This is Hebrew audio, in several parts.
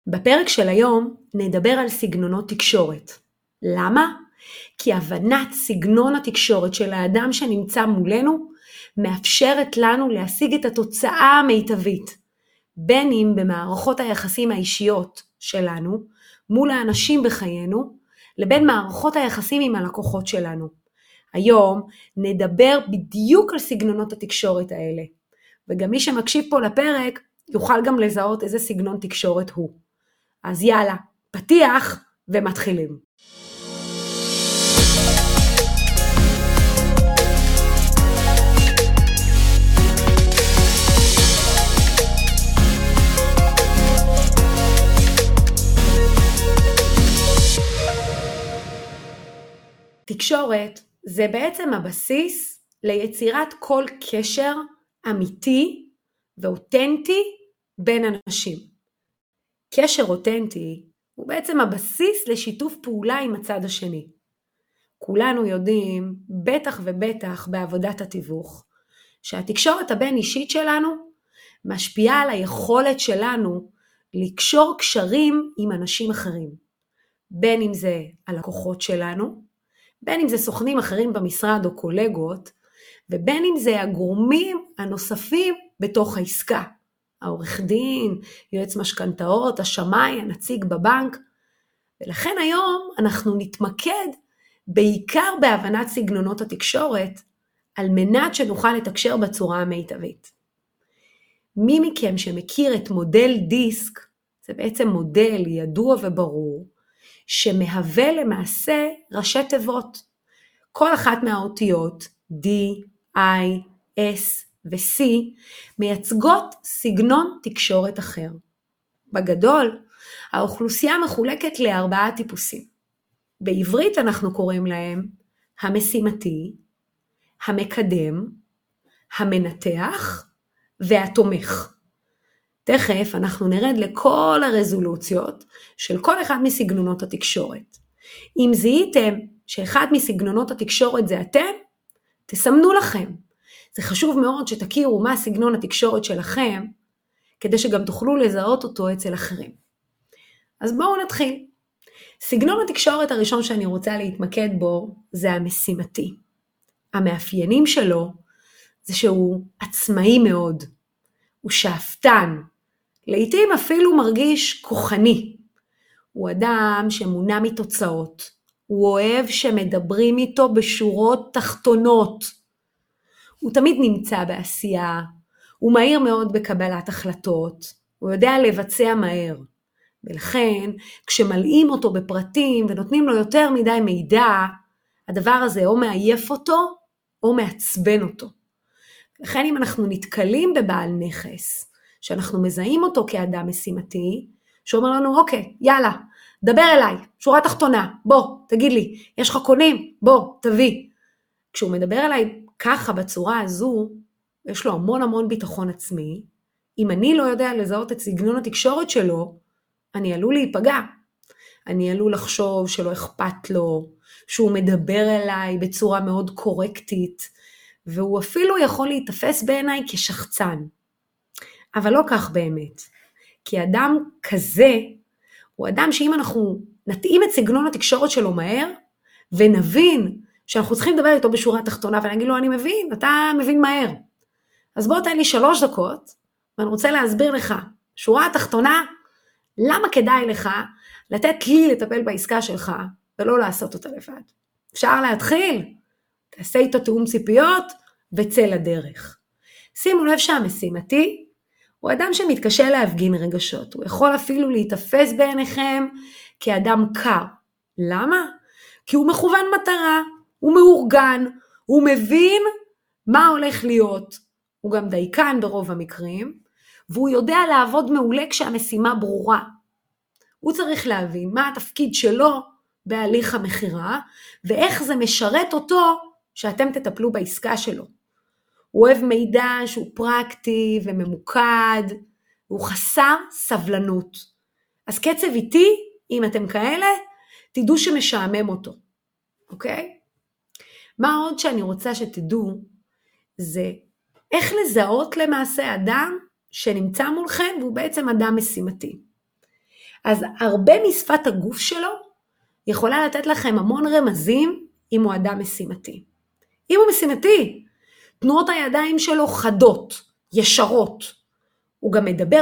בפרק של היום נדבר על סגנונות תקשורת. למה? כי הבנת סגנון התקשורת של האדם שנמצא מולנו מאפשרת לנו להשיג את התוצאה המיטבית, בין אם במערכות היחסים האישיות שלנו מול האנשים בחיינו, לבין מערכות היחסים עם הלקוחות שלנו. היום נדבר בדיוק על סגנונות התקשורת האלה, וגם מי שמקשיב פה לפרק יוכל גם לזהות איזה סגנון תקשורת הוא. אז יאללה, פתיח ומתחילים. תקשורת זה בעצם הבסיס ליצירת כל קשר אמיתי ואותנטי בין אנשים. קשר אותנטי הוא בעצם הבסיס לשיתוף פעולה עם הצד השני. כולנו יודעים, בטח ובטח בעבודת התיווך, שהתקשורת הבין אישית שלנו משפיעה על היכולת שלנו לקשור קשרים עם אנשים אחרים. בין אם זה הלקוחות שלנו, בין אם זה סוכנים אחרים במשרד או קולגות, ובין אם זה הגורמים הנוספים בתוך העסקה. העורך דין, יועץ משכנתאות, השמאי, הנציג בבנק. ולכן היום אנחנו נתמקד בעיקר בהבנת סגנונות התקשורת, על מנת שנוכל לתקשר בצורה המיטבית. מי מכם שמכיר את מודל דיסק, זה בעצם מודל ידוע וברור, שמהווה למעשה ראשי תיבות. כל אחת מהאותיות D, I, S ו-C מייצגות סגנון תקשורת אחר. בגדול, האוכלוסייה מחולקת ל4 טיפוסים. בעברית אנחנו קוראים להם המשימתי, המקדם, המנתח והתומך. תכף אנחנו נרד לכל הרזולוציות של כל אחד מסגנונות התקשורת. אם זיהיתם שאחד מסגנונות התקשורת זה אתם, תסמנו לכם. זה חשוב מאוד שתכירו מה סגנון התקשורת שלכם, כדי שגם תוכלו לזהות אותו אצל אחרים. אז בואו נתחיל. סגנון התקשורת הראשון שאני רוצה להתמקד בו זה המשימתי. המאפיינים שלו זה שהוא עצמאי מאוד, הוא שאפתן, לעתים אפילו מרגיש כוחני. הוא אדם שמונע מתוצאות, הוא אוהב שמדברים איתו בשורות תחתונות. הוא תמיד נמצא בעשייה, הוא מהיר מאוד בקבלת החלטות, הוא יודע לבצע מהר. ולכן כשמלאים אותו בפרטים ונותנים לו יותר מדי מידע, הדבר הזה או מעייף אותו או מעצבן אותו. לכן אם אנחנו נתקלים בבעל נכס, שאנחנו מזהים אותו כאדם משימתי, שאומר לנו, אוקיי, יאללה, דבר אליי, שורה תחתונה, בוא, תגיד לי, יש לך קונים? בוא, תביא. כשהוא מדבר אליי ככה, בצורה הזו, יש לו המון ביטחון עצמי. אם אני לא יודע לזהות את סגנון התקשורת שלו, אני עלול להיפגע. אני עלול לחשוב שלא אכפת לו, שהוא מדבר אליי בצורה מאוד קורקטית, והוא אפילו יכול להתאפס בעיניי כשחצן. אבל לא כך באמת. כי אדם כזה, הוא אדם שאם אנחנו נתאים את סגנון התקשורת שלו מהר, ונבין שאנחנו צריכים לדבר איתו בשורה תחתונה, ונגיד לו, אני מבין, אתה מבין מהר. אז בוא תן לי 3 דקות, ואני רוצה להסביר לך, שורה התחתונה, למה כדאי לך לתת לי לטפל בעסקה שלך, ולא לעשות אותה לבד. אפשר להתחיל, תעשה איתו תאום ציפיות, וצא לדרך. שימו לב שהמשימתי, הוא אדם שמתקשה להפגין רגשות, הוא יכול אפילו להתאפס בעיניכם כאדם קר. למה? כי הוא מכוון מטרה, הוא מאורגן, הוא מבין מה הולך להיות, הוא גם דייקן ברוב המקרים, והוא יודע לעבוד מעולה כשהמשימה ברורה. הוא צריך להבין מה התפקיד שלו בהליך המחירה, ואיך זה משרת אותו שאתם תטפלו בעסקה שלו. הוא אוהב מידע שהוא פרקטי וממוקד, הוא חסר סבלנות. אז קצב איתי, אם אתם כאלה, תדעו שמשעמם אותו. אוקיי? מה עוד שאני רוצה שתדעו, זה איך לזהות למעשה אדם שנמצא מולכם, והוא בעצם אדם משימתי. אז הרבה משפת הגוף שלו יכולה לתת לכם המון רמזים אם הוא אדם משימתי. אם הוא משימתי, תנועות הידיים שלו חדות, ישרות. הוא גם מדבר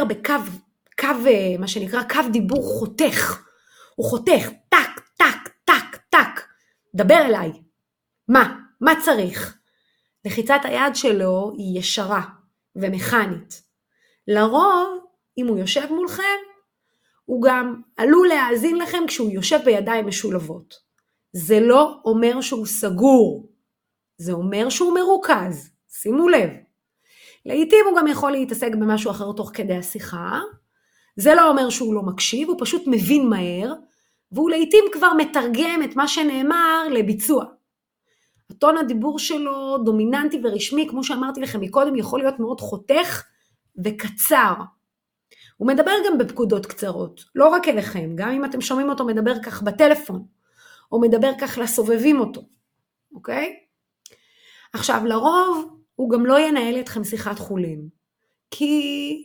מה שנקרא קו דיבור חותך. הוא חותך, טק, טק, טק, טק. דבר אליי. מה צריך? לחיצת היד שלו היא ישרה ומכנית. לרוב, אם הוא יושב מולכם, הוא גם עלול להאזין לכם כשהוא יושב בידיים משולבות. זה לא אומר שהוא סגור, זה אומר שהוא מרוכז, שימו לב. לעתים הוא גם יכול להתעסק במשהו אחר תוך כדי השיחה, זה לא אומר שהוא לא מקשיב, הוא פשוט מבין מהר, והוא לעתים כבר מתרגם את מה שנאמר לביצוע. הטון הדיבור שלו דומיננטי ורשמי, כמו שאמרתי לכם מקודם, יכול להיות מאוד חותך וקצר. הוא מדבר גם בפקודות קצרות, לא רק אליכם, גם אם אתם שומעים אותו מדבר כך בטלפון, או מדבר כך לסובבים אותו, אוקיי? עכשיו, לרוב הוא גם לא ינהל אתכם שיחת חולין, כי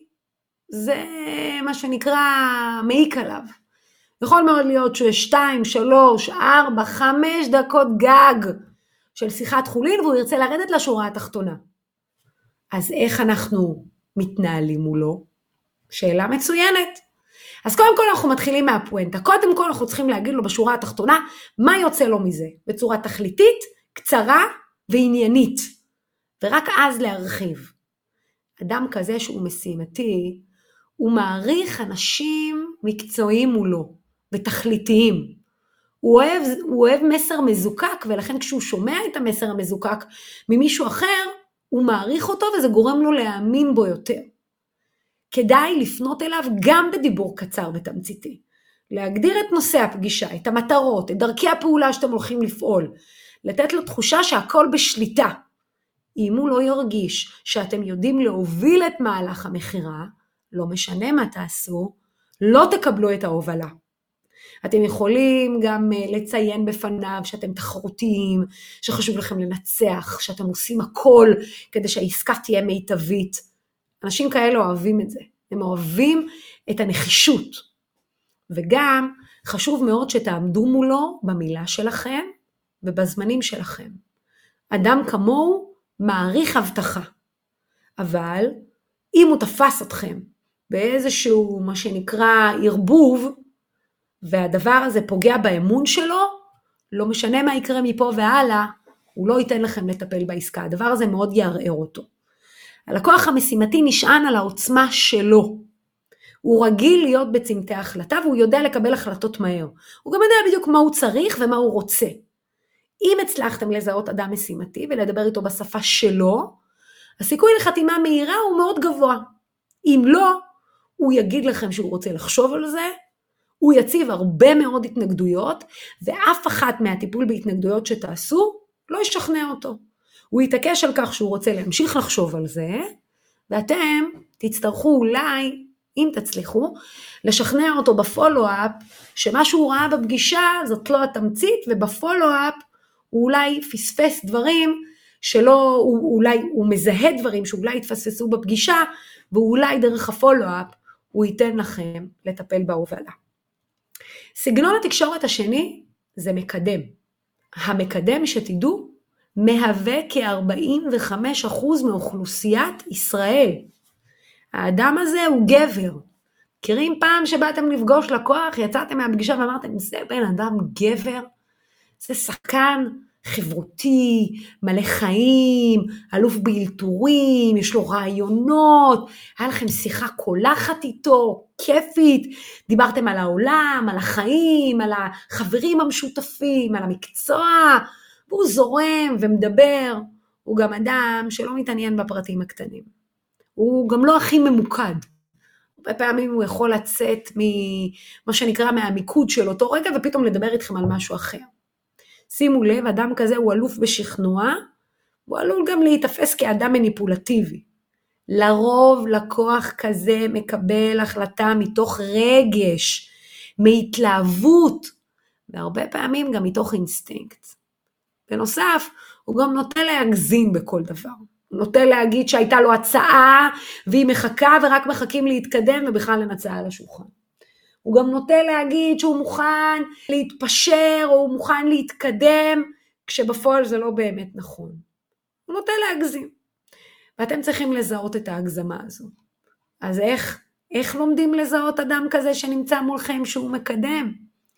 זה מה שנקרא מעיק עליו. יכול מאוד להיות שיש 2, 3, 4, 5 דקות גג של שיחת חולין, והוא ירצה לרדת לשורה התחתונה. אז איך אנחנו מתנהלים מולו? שאלה מצוינת. אז קודם כל אנחנו מתחילים מהפואנטה. קודם כל אנחנו צריכים להגיד לו בשורה התחתונה, מה יוצא לו מזה? בצורה תכליתית, קצרה ועניינית. ורק אז להרחיב. אדם כזה שהוא משימתי, הוא מעריך אנשים מקצועיים מולו, ותכליתיים. הוא אוהב מסר מזוקק, ולכן כשהוא שומע את המסר המזוקק ממישהו אחר, הוא מעריך אותו וזה גורם לו להאמין בו יותר. כדאי לפנות אליו גם בדיבור קצר ותמציתי. להגדיר את נושא הפגישה, את המטרות, את דרכי הפעולה שאתם הולכים לפעול. לתת לו תחושה שהכל בשליטה. אם הוא לא ירגיש שאתם יודעים להוביל את מהלך המחירה, לא משנה מה תעשו, לא תקבלו את ההובלה. אתם יכולים גם לציין בפניו שאתם תחרותיים, שחשוב לכם לנצח, שאתם עושים הכל כדי שהעסקה תהיה מיטבית. אנשים כאלה אוהבים את זה, הם אוהבים את הנחישות. וגם חשוב מאוד שתעמדו מולו במילה שלכם ובזמנים שלכם. אדם כמוהו מעריך הבטחה, אבל אם הוא תפס אתכם באיזשהו מה שנקרא ערבוב, והדבר הזה פוגע באמון שלו, לא משנה מה יקרה מפה והלאה, הוא לא ייתן לכם לטפל בעסקה, הדבר הזה מאוד יערער אותו. הלקוח המשימתי נשען על העוצמה שלו, הוא רגיל להיות בצמתי החלטה, והוא יודע לקבל החלטות מהר, הוא גם יודע בדיוק מה הוא צריך ומה הוא רוצה. אם הצלחתם לזהות אדם משימתי ולדבר איתו בשפה שלו, הסיכוי לחתימה מהירה הוא מאוד גבוה. אם לא, הוא יגיד לכם שהוא רוצה לחשוב על זה, הוא יציב הרבה מאוד התנגדויות, ואף אחת מהטיפול בהתנגדויות שתעשו לא ישכנע אותו. הוא יתעקש על כך שהוא רוצה להמשיך לחשוב על זה, ואתם תצטרכו אולי, אם תצליחו, לשכנע אותו בפולו-אפ, שמה שהוא ראה בפגישה זאת לא התמצית, ובפולו-אפ הוא אולי פספס דברים שלא, אולי הוא מזהה דברים שאולי יתפססו בפגישה, ואולי דרך הפולו-אפ הוא ייתן לכם לטפל בהובלה. סגנון התקשורת השני זה מקדם. המקדם שתדעו מהווה כ-45% מאוכלוסיית ישראל. האדם הזה הוא גבר. מכירים פעם שבאתם לפגוש לקוח, יצאתם מהפגישה ואמרתם, זה בן אדם גבר, זה שחקן חברותי, מלא חיים, אלוף באלתורים, יש לו רעיונות, היה לכם שיחה קולחת איתו, כיפית, דיברתם על העולם, על החיים, על החברים המשותפים, על המקצוע, והוא זורם ומדבר, הוא גם אדם שלא מתעניין בפרטים הקטנים. הוא גם לא הכי ממוקד. הרבה פעמים הוא יכול לצאת ממה שנקרא מהמיקוד של אותו רגע, ופתאום לדבר איתכם על משהו אחר. שימו לב, אדם כזה הוא אלוף בשכנוע, הוא עלול גם להתאפס כאדם מניפולטיבי. לרוב לקוח כזה מקבל החלטה מתוך רגש, מהתלהבות, והרבה פעמים גם מתוך אינסטינקט. בנוסף, הוא גם נוטה להגזים בכל דבר. הוא נוטה להגיד שהייתה לו הצעה, והיא מחכה ורק מחכים להתקדם, ובכלל אין הצעה על השולחן. הוא גם נוטה להגיד שהוא מוכן להתפשר, או הוא מוכן להתקדם, כשבפועל זה לא באמת נכון. הוא נוטה להגזים. ואתם צריכים לזהות את ההגזמה הזו. אז איך לומדים לזהות אדם כזה שנמצא מולכם שהוא מקדם?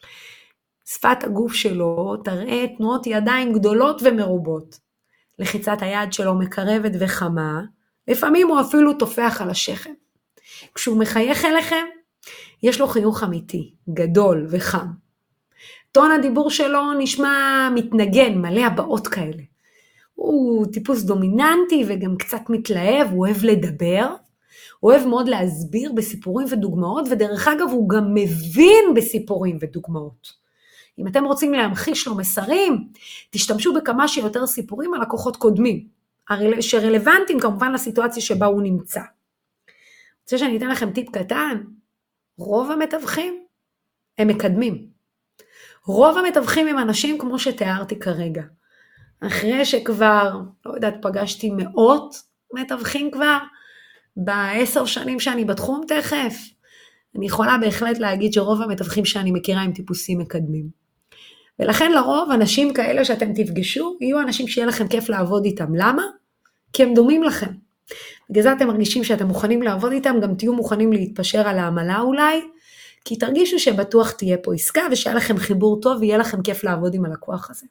שפת הגוף שלו תראה תנועות ידיים גדולות ומרובות. לחיצת היד שלו מקרבת וחמה, לפעמים הוא אפילו תופח על השכם. כשהוא מחייך אליכם, יש לו חיוך אמיתי, גדול וחם. טון הדיבור שלו נשמע מתנגן, מלא הבעות כאלה. הוא טיפוס דומיננטי וגם קצת מתלהב, הוא אוהב לדבר, הוא אוהב מאוד להסביר בסיפורים ודוגמאות, ודרך אגב הוא גם מבין בסיפורים ודוגמאות. אם אתם רוצים להמחיש לו מסרים, תשתמשו בכמה שיותר סיפורים על לקוחות קודמים, שרלוונטיים כמובן לסיטואציה שבה הוא נמצא. רוצה שאני אתן לכם טיפ קטן? רוב המתווכים הם מקדמים. רוב המתווכים הם אנשים כמו שתיארתי כרגע. אחרי שכבר, לא יודעת, פגשתי מאות מתווכים כבר, ב10 שנים שאני בתחום תכף, אני יכולה בהחלט להגיד שרוב המתווכים שאני מכירה הם טיפוסים מקדמים. ולכן לרוב אנשים כאלה שאתם תפגשו, יהיו אנשים שיהיה לכם כיף לעבוד איתם. למה? כי הם דומים לכם. בגלל זה אתם מרגישים שאתם מוכנים לעבוד איתם, גם תהיו מוכנים להתפשר על העמלה אולי, כי תרגישו שבטוח תהיה פה עסקה, ושיהיה לכם חיבור טוב, ויהיה לכם כיף לעבוד עם הלקוח הזה.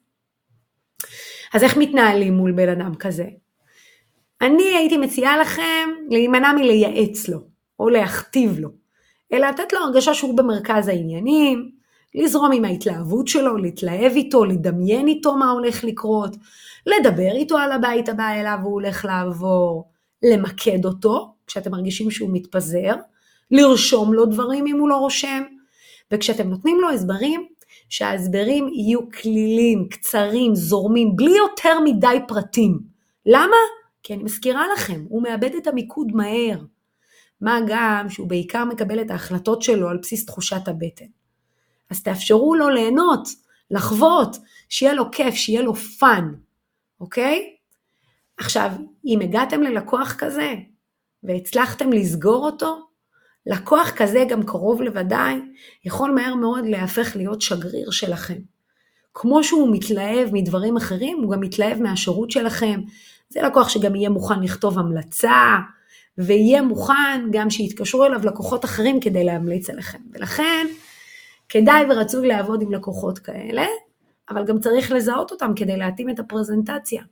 אז איך מתנהלים מול בן אדם כזה? אני הייתי מציעה לכם להימנע מלייעץ לו, או להכתיב לו, אלא לתת לו הרגשה שהוא במרכז העניינים, לזרום עם ההתלהבות שלו, להתלהב איתו, לדמיין איתו מה הולך לקרות, לדבר איתו על הבית הבא אליו הוא הולך לעבור, למקד אותו, כשאתם מרגישים שהוא מתפזר, לרשום לו דברים אם הוא לא רושם, וכשאתם נותנים לו הסברים, שההסברים יהיו כלילים, קצרים, זורמים, בלי יותר מדי פרטים. למה? כי אני מזכירה לכם, הוא מאבד את המיקוד מהר. מה גם שהוא בעיקר מקבל את ההחלטות שלו על בסיס תחושת הבטן. אז תאפשרו לו ליהנות, לחוות, שיהיה לו כיף, שיהיה לו פן. אוקיי? עכשיו, אם הגעתם ללקוח כזה, והצלחתם לסגור אותו, לקוח כזה גם קרוב לוודאי, יכול מהר מאוד להפך להיות שגריר שלכם. כמו שהוא מתלהב מדברים אחרים, הוא גם מתלהב מהשירות שלכם. זה לקוח שגם יהיה מוכן לכתוב המלצה, ויהיה מוכן גם שיתקשרו אליו לקוחות אחרים כדי להמליץ עליכם. ולכן, כדאי ורצוי לעבוד עם לקוחות כאלה, אבל גם צריך לזהות אותם כדי להתאים את הפרזנטציה.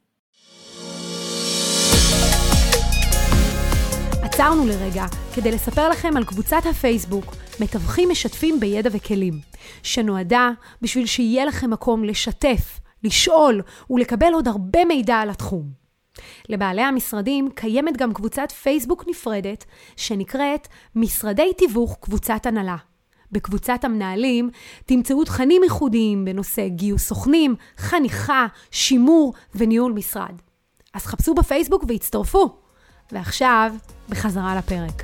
עצרנו לרגע כדי לספר לכם על קבוצת הפייסבוק מתווכים משתפים בידע וכלים, שנועדה בשביל שיהיה לכם מקום לשתף, לשאול ולקבל עוד הרבה מידע על התחום. לבעלי המשרדים קיימת גם קבוצת פייסבוק נפרדת שנקראת משרדי תיווך קבוצת הנהלה. בקבוצת המנהלים תמצאו תכנים ייחודיים בנושא גיוס סוכנים, חניכה, שימור וניהול משרד. אז חפשו בפייסבוק והצטרפו. ועכשיו, בחזרה לפרק.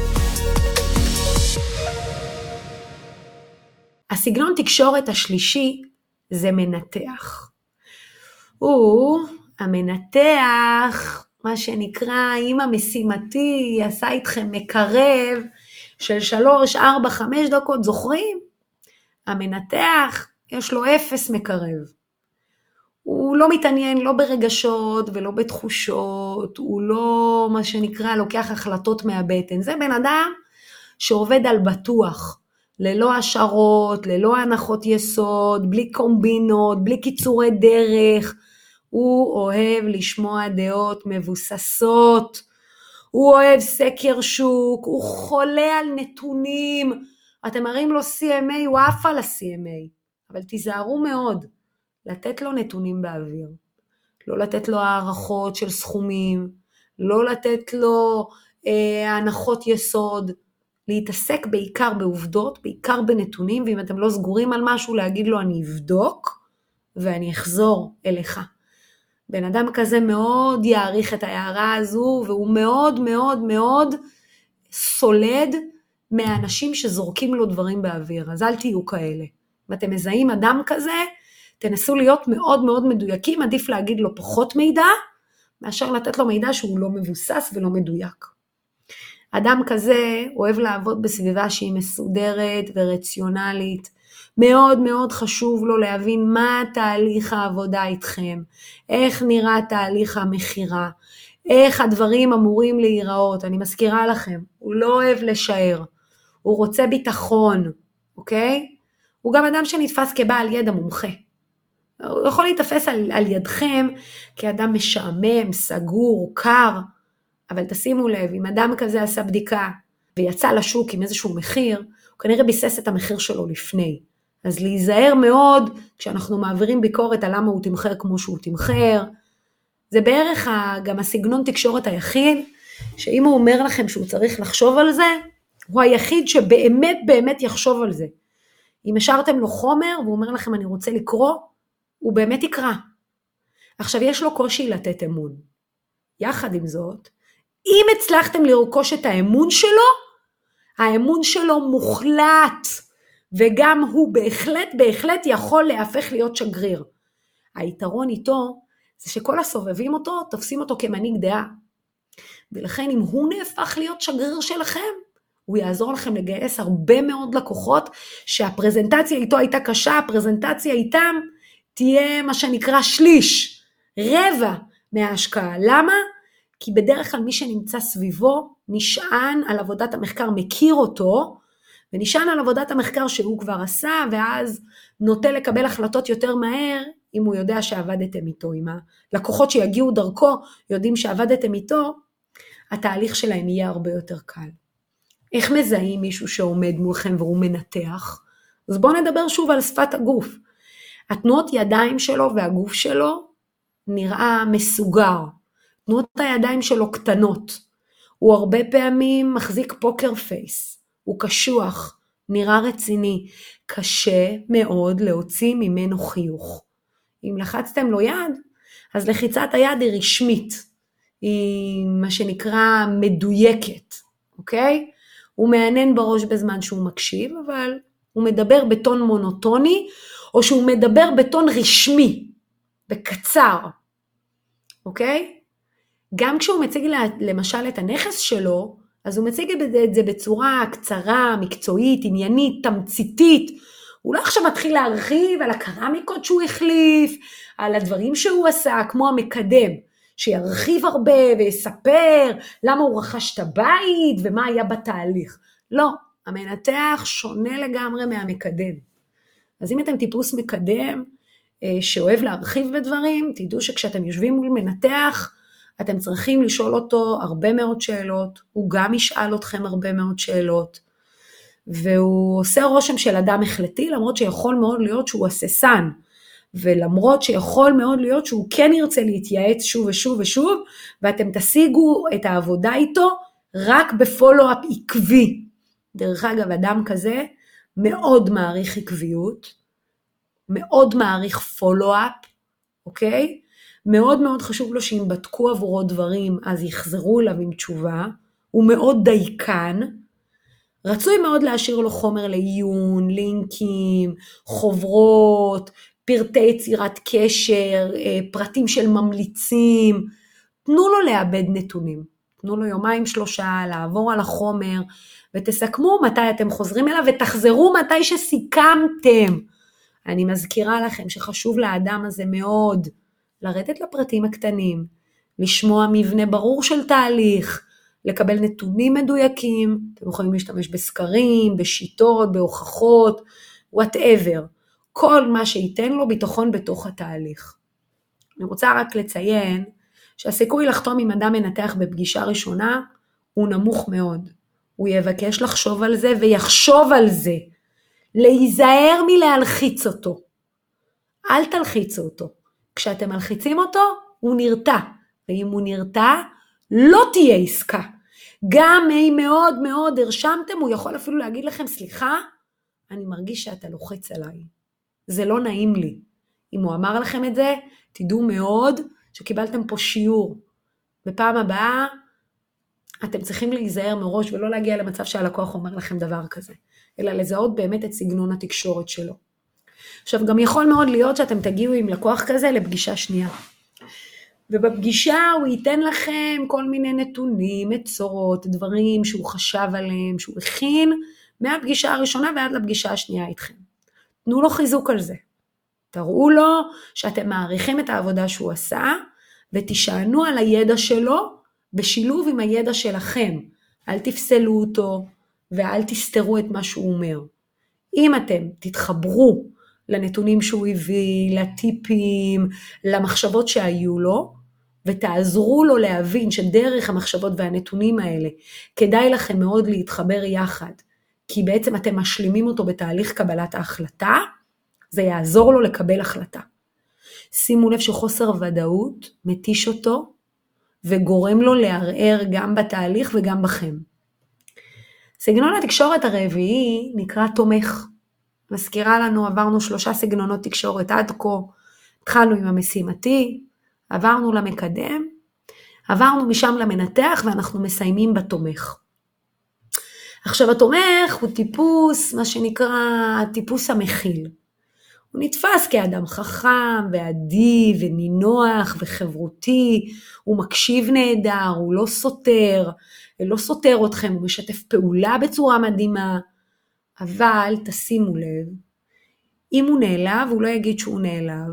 הסגנון תקשורת השלישי זה מנתח. המנתח, מה שנקרא, אם המשימתי עשה איתכם מקרב של 3, 4, 5 דקות, זוכרים? המנתח יש לו 0 מקרב. הוא לא מתעניין לא ברגשות ולא בתחושות, הוא לא מה שנקרא לוקח החלטות מהבטן. זה בן אדם שעובד על בטוח, ללא השערות, ללא הנחות יסוד, בלי קומבינות, בלי קיצורי דרך. הוא אוהב לשמוע דעות מבוססות, הוא אוהב סקר שוק, הוא חולה על נתונים. אתם מראים לו CMA, הוא עף על ה-CMA, אבל תיזהרו מאוד. לתת לו נתונים באוויר, לא לתת לו הערכות של סכומים, לא לתת לו הנחות יסוד, להתעסק בעיקר בעובדות, בעיקר בנתונים, ואם אתם לא סגורים על משהו, להגיד לו אני אבדוק ואני אחזור אליך. בן אדם כזה מאוד יעריך את ההערה הזו, והוא מאוד מאוד מאוד סולד מהאנשים שזורקים לו דברים באוויר, אז אל תהיו כאלה. אם אתם מזהים אדם כזה, תנסו להיות מאוד מאוד מדויקים, עדיף להגיד לו פחות מידע, מאשר לתת לו מידע שהוא לא מבוסס ולא מדויק. אדם כזה אוהב לעבוד בסביבה שהיא מסודרת ורציונלית. מאוד מאוד חשוב לו להבין מה תהליך העבודה איתכם, איך נראה תהליך המחירה, איך הדברים אמורים להיראות. אני מזכירה לכם, הוא לא אוהב לשער, הוא רוצה ביטחון, אוקיי? הוא גם אדם שנתפס כבעל ידע מומחה. הוא יכול להתאפס על ידכם כאדם משעמם, סגור, קר, אבל תשימו לב, אם אדם כזה עשה בדיקה ויצא לשוק עם איזשהו מחיר, הוא כנראה ביסס את המחיר שלו לפני. אז להיזהר מאוד כשאנחנו מעבירים ביקורת על למה הוא תמחר כמו שהוא תמחר. זה בערך גם הסגנון תקשורת היחיד, שאם הוא אומר לכם שהוא צריך לחשוב על זה, הוא היחיד שבאמת באמת יחשוב על זה. אם השארתם לו חומר והוא אומר לכם אני רוצה לקרוא, הוא באמת יקרא. עכשיו יש לו קושי לתת אמון. יחד עם זאת, אם הצלחתם לרכוש את האמון שלו, האמון שלו מוחלט, וגם הוא בהחלט יכול להפך להיות שגריר. היתרון איתו, זה שכל הסובבים אותו, תופסים אותו כמנהיג דעה. ולכן אם הוא נהפך להיות שגריר שלכם, הוא יעזור לכם לגייס הרבה מאוד לקוחות, שהפרזנטציה איתו הייתה קשה, הפרזנטציה איתם תהיה מה שנקרא שליש, רבע מההשקעה. למה? כי בדרך כלל מי שנמצא סביבו, נשען על עבודת המחקר, מכיר אותו, ונשען על עבודת המחקר שהוא כבר עשה, ואז נוטה לקבל החלטות יותר מהר, אם הוא יודע שעבדתם איתו, אם הלקוחות שיגיעו דרכו, יודעים שעבדתם איתו, התהליך שלהם יהיה הרבה יותר קל. איך מזהים מישהו שעומד מולכם והוא מנתח? אז בואו נדבר שוב על שפת הגוף. התנועות ידיים שלו והגוף שלו נראה מסוגר. תנועות הידיים שלו קטנות. הוא הרבה פעמים מחזיק פוקר פייס. הוא קשוח, נראה רציני. קשה מאוד להוציא ממנו חיוך. אם לחצתם לו יד, אז לחיצת היד היא רשמית. היא מה שנקרא מדויקת. אוקיי? הוא מענן בראש בזמן שהוא מקשיב, אבל הוא מדבר בטון מונוטוני, או שהוא מדבר בטון רשמי, בקצר. אוקיי? גם כשהוא מציג למשל את הנכס שלו, אז הוא מציג את זה בצורה קצרה, מקצועית, עניינית, תמציתית. הוא לא עכשיו מתחיל להרחיב על הקרמיקות שהוא החליף, על הדברים שהוא עשה, כמו המקדם, שירחיב הרבה ויספר למה הוא רכש את הבית ומה היה בתהליך. לא, המנתח שונה לגמרי מהמקדם. אז אם אתם טיפוס מקדם שאוהב להרחיב בדברים, תדעו שכשאתם יושבים מול מנתח, אתם צריכים לשאול אותו הרבה מאוד שאלות, הוא גם ישאל אתכם הרבה מאוד שאלות, והוא עושה רושם של אדם החלטי, למרות שיכול מאוד להיות שהוא הססן, ולמרות שיכול מאוד להיות שהוא כן ירצה להתייעץ שוב ושוב ושוב, ואתם תשיגו את העבודה איתו רק בפולו-אפ עקבי. דרך אגב, אדם כזה מאוד מעריך עקביות, מאוד מעריך פולו-אפ, אוקיי? מאוד מאוד חשוב לו שאם בדקו עבורו דברים, אז יחזרו אליו עם תשובה, הוא מאוד דייקן, רצוי מאוד להשאיר לו חומר לעיון, לינקים, חוברות, פרטי יצירת קשר, פרטים של ממליצים, תנו לו לאבד נתונים, תנו לו 2-3 לעבור על החומר, ותסכמו מתי אתם חוזרים אליו, ותחזרו מתי שסיכמתם. אני מזכירה לכם שחשוב לאדם הזה מאוד, לרדת לפרטים הקטנים, לשמוע מבנה ברור של תהליך, לקבל נתונים מדויקים, אתם יכולים להשתמש בסקרים, בשיטות, בהוכחות, whatever, כל מה שייתן לו ביטחון בתוך התהליך. אני רוצה רק לציין שהסיכוי לחתום עם אדם מנתח בפגישה ראשונה הוא נמוך מאוד. הוא יבקש לחשוב על זה ויחשוב על זה. להיזהר מלהלחיץ אותו. אל תלחיצו אותו. כשאתם מלחיצים אותו, הוא נרתע. ואם הוא נרתע, לא תהיה עסקה. גם אם מאוד מאוד הרשמתם, הוא יכול אפילו להגיד לכם, סליחה, אני מרגיש שאתה לוחץ עליי. זה לא נעים לי. אם הוא אמר לכם את זה, תדעו מאוד שקיבלתם פה שיעור. בפעם הבאה, אתם צריכים להיזהר מראש ולא להגיע למצב שהלקוח אומר לכם דבר כזה, אלא לזהות באמת את סגנון התקשורת שלו. עכשיו, גם יכול מאוד להיות שאתם תגיעו עם לקוח כזה לפגישה שנייה. ובפגישה הוא ייתן לכם כל מיני נתונים, עצות, דברים שהוא חשב עליהם, שהוא הכין, מהפגישה הראשונה ועד לפגישה השנייה איתכם. תנו לו חיזוק על זה. תראו לו שאתם מעריכים את העבודה שהוא עשה, ותשענו על הידע שלו בשילוב עם הידע שלכם. אל תפסלו אותו ואל תסתרו את מה שהוא אומר. אם אתם תתחברו לנתונים שהוא הביא, לטיפים, למחשבות שהיו לו, ותעזרו לו להבין שדרך המחשבות והנתונים האלה כדאי לכם מאוד להתחבר יחד, כי בעצם אתם משלימים אותו בתהליך קבלת ההחלטה, זה יעזור לו לקבל החלטה. שימו לב שחוסר ודאות מתיש אותו, וגורם לו לערער גם בתהליך וגם בכם. סגנון התקשורת הרביעי נקרא תומך. מזכירה לנו, עברנו 3 סגנונות תקשורת עד כה, התחלנו עם המשימתי, עברנו למקדם, עברנו משם למנתח, ואנחנו מסיימים בתומך. עכשיו התומך הוא טיפוס, מה שנקרא טיפוס המכיל. הוא נתפס כאדם חכם ועדי ונינוח וחברותי, הוא מקשיב נהדר, הוא לא סותר אתכם, הוא משתף פעולה בצורה מדהימה, אבל תשימו לב, אם הוא נעלב, הוא לא יגיד שהוא נעלב,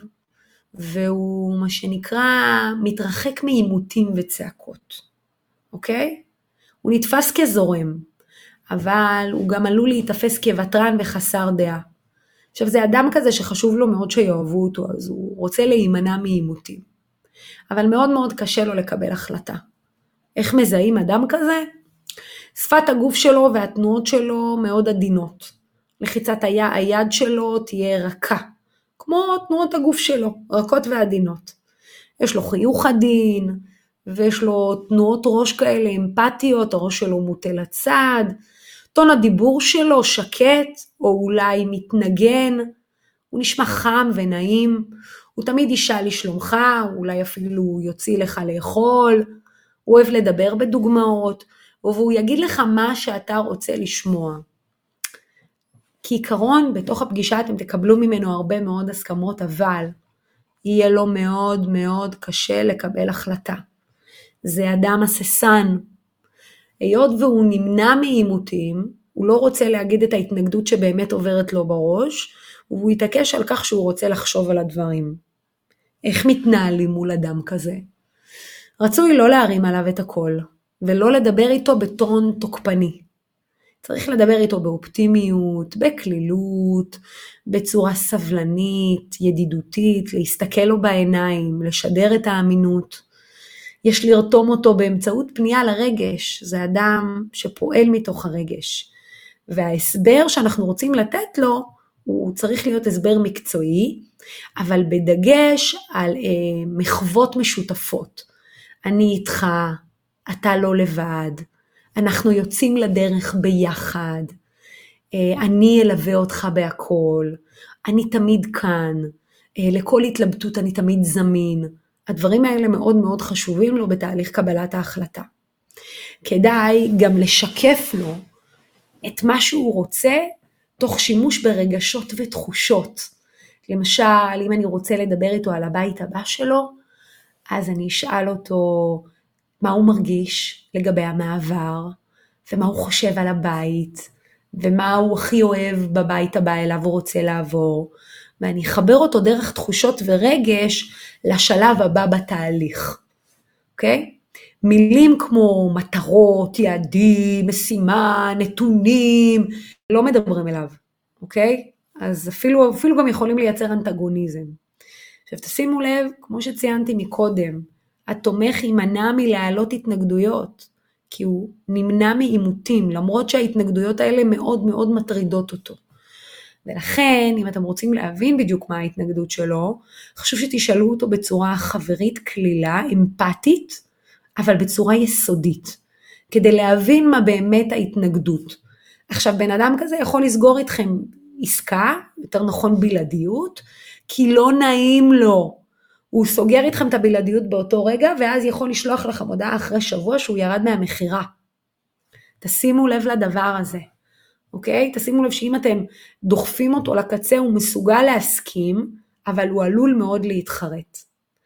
והוא מה שנקרא מתרחק מעימותים וצעקות, אוקיי? הוא נתפס כזורם, אבל הוא גם עלול להתאפס כוותרן וחסר דעה. עכשיו זה אדם כזה שחשוב לו מאוד שיאהבו אותו, אז הוא רוצה להימנע מעימותים. אבל מאוד מאוד קשה לו לקבל החלטה. איך מזהים אדם כזה? שפת הגוף שלו והתנועות שלו מאוד עדינות. לחיצת היד שלו תהיה רכה, כמו תנועות הגוף שלו, רכות ועדינות. יש לו חיוך עדין, ויש לו תנועות ראש כאלה אמפתיות, הראש שלו מוטה לצד, טון הדיבור שלו שקט, או אולי מתנגן, הוא נשמע חם ונעים, הוא תמיד ישאל לשלומך, אולי אפילו יוציא לך לאכול, הוא אוהב לדבר בדוגמאות, והוא יגיד לך מה שאתה רוצה לשמוע. כעיקרון, בתוך הפגישה אתם תקבלו ממנו הרבה מאוד הסכמות, אבל יהיה לו מאוד מאוד קשה לקבל החלטה. זה אדם הססן. היות והוא נמנע מעימותים, הוא לא רוצה להגיד את ההתנגדות שבאמת עוברת לו בראש, והוא יתעקש על כך שהוא רוצה לחשוב על הדברים. איך מתנהלים מול אדם כזה? רצוי לא להרים עליו את הכל, ולא לדבר איתו בטון תוקפני. צריך לדבר איתו באופטימיות, בכלילות, בצורה סבלנית, ידידותית, להסתכל לו בעיניים, לשדר את האמינות. יש לרתום אותו באמצעות פנייה לרגש, זה אדם שפועל מתוך הרגש. וההסבר שאנחנו רוצים לתת לו, הוא צריך להיות הסבר מקצועי, אבל בדגש על מחוות משותפות. אני איתך, אתה לא לבד, אנחנו יוצאים לדרך ביחד, אני אלווה אותך בהכל, אני תמיד כאן, לכל התלבטות אני תמיד זמין. הדברים האלה מאוד מאוד חשובים לו בתהליך קבלת ההחלטה. כדאי גם לשקף לו את מה שהוא רוצה, תוך שימוש ברגשות ותחושות. למשל, אם אני רוצה לדבר איתו על הבית הבא שלו, אז אני אשאל אותו מה הוא מרגיש לגבי המעבר, ומה הוא חושב על הבית, ומה הוא הכי אוהב בבית הבא אליו הוא רוצה לעבור, ואני אחבר אותו דרך תחושות ורגש לשלב הבא בתהליך. אוקיי? מילים כמו מטרות, יעדים, משימה, נתונים, לא מדברים אליו. אוקיי? אז אפילו גם יכולים לייצר אנטגוניזם. עכשיו תשימו לב, כמו שציינתי מקודם, התומך יימנע מלהעלות התנגדויות, כי הוא נמנע מעימותים, למרות שההתנגדויות האלה מאוד מאוד מטרידות אותו. ולכן, אם אתם רוצים להבין בדיוק מה ההתנגדות שלו, חשוב שתשאלו אותו בצורה חברית, כלילה, אמפתית, אבל בצורה יסודית, כדי להבין מה באמת ההתנגדות. עכשיו, בן אדם כזה יכול לסגור איתכם עסקה, יותר נכון בלעדיות, כי לא נעים לו. הוא סוגר איתכם את הבלעדיות באותו רגע, ואז יכול לשלוח לכם הודעה אחרי שבוע שהוא ירד מהמחירה. תשימו לב לדבר הזה. אוקיי? תשימו לב שאם אתם דוחפים אותו לקצה, הוא מסוגל להסכים, אבל הוא עלול מאוד להתחרט.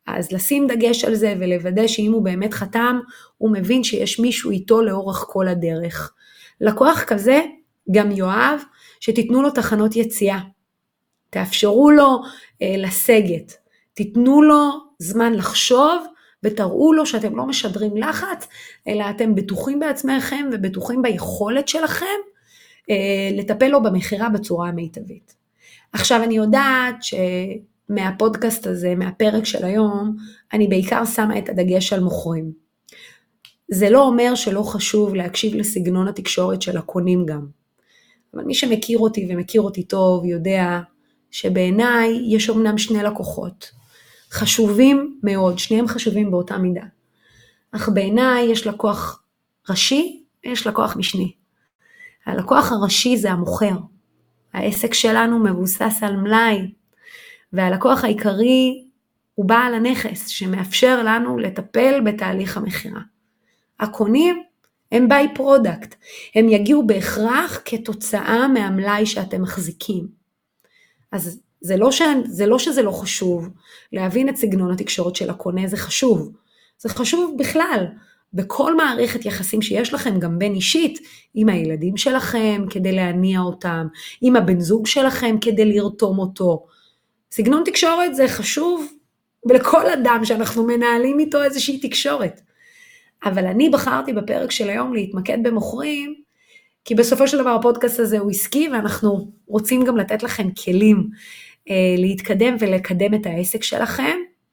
אז לשים דגש על זה ולוודא שאם הוא באמת חתם, הוא מבין שיש מישהו איתו לאורך כל הדרך. לקוח כזה גם יאהב שתיתנו לו תחנות יציאה. תאפשרו לו לסגת. תיתנו לו זמן לחשוב ותראו לו שאתם לא משדרים לחץ, אלא אתם בטוחים בעצמכם ובטוחים ביכולת שלכם לטפל לו במחירה בצורה המיטבית. עכשיו אני יודעת שמהפודקאסט הזה, מהפרק של היום, אני בעיקר שמה את הדגש על מוכרים. זה לא אומר שלא חשוב להקשיב לסגנון התקשורת של הקונים גם. אבל מי שמכיר אותי ומכיר אותי טוב יודע שבעיניי יש אמנם שני לקוחות. חשובים מאוד, שניהם חשובים באותה מידה. אך בעיניי יש לקוח ראשי ויש לקוח משני. הלקוח הראשי זה המוכר. העסק שלנו מבוסס על מלאי, והלקוח העיקרי הוא בעל הנכס שמאפשר לנו לטפל בתהליך המחירה. הקונים הם by product, הם יגיעו בהכרח כתוצאה מהמלאי שאתם מחזיקים. אז זה לא שזה לא חשוב, להבין את סגנון התקשורת של הקונה זה חשוב. זה חשוב בכלל, בכל מערכת יחסים שיש לכם, גם בין אישית, עם הילדים שלכם כדי להניע אותם, עם הבן זוג שלכם כדי לרתום אותו. סגנון תקשורת זה חשוב לכל אדם שאנחנו מנהלים איתו איזושהי תקשורת. אבל אני בחרתי בפרק של היום להתמקד במוכרים, כי בסופו של דבר הפודקאסט הזה הוא עסקי, ואנחנו רוצים גם לתת לכם כלים להתקדם ולקדם את העסק שלכם,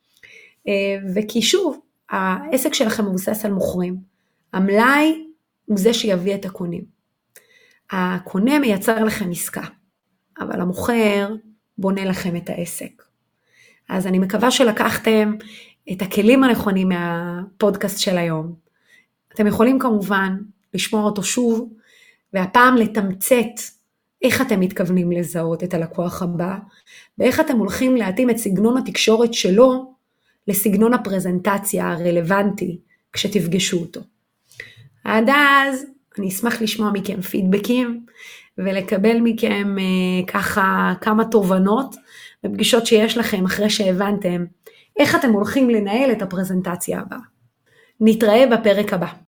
וכי שוב, העסק שלכם מבוסס על מוכרים. המלאי הוא זה שיביא את הקונים. הקונה מייצר לכם עסקה, אבל המוכר בונה לכם את העסק. אז אני מקווה שלקחתם את הכלים הנכונים מהפודקאסט של היום. אתם יכולים כמובן לשמוע אותו שוב, והפעם לתמצת איך אתם מתכוונים לזהות את הלקוח הבא, ואיך אתם הולכים להתאים את סגנון התקשורת שלו, לסגנון הפרזנטציה הרלוונטי כשתפגשו אותו. עד אז אני אשמח לשמוע מכם פידבקים, ולקבל מכם ככה כמה תובנות, בפגישות שיש לכם אחרי שהבנתם, איך אתם הולכים לנהל את הפרזנטציה הבאה. נתראה בפרק הבא.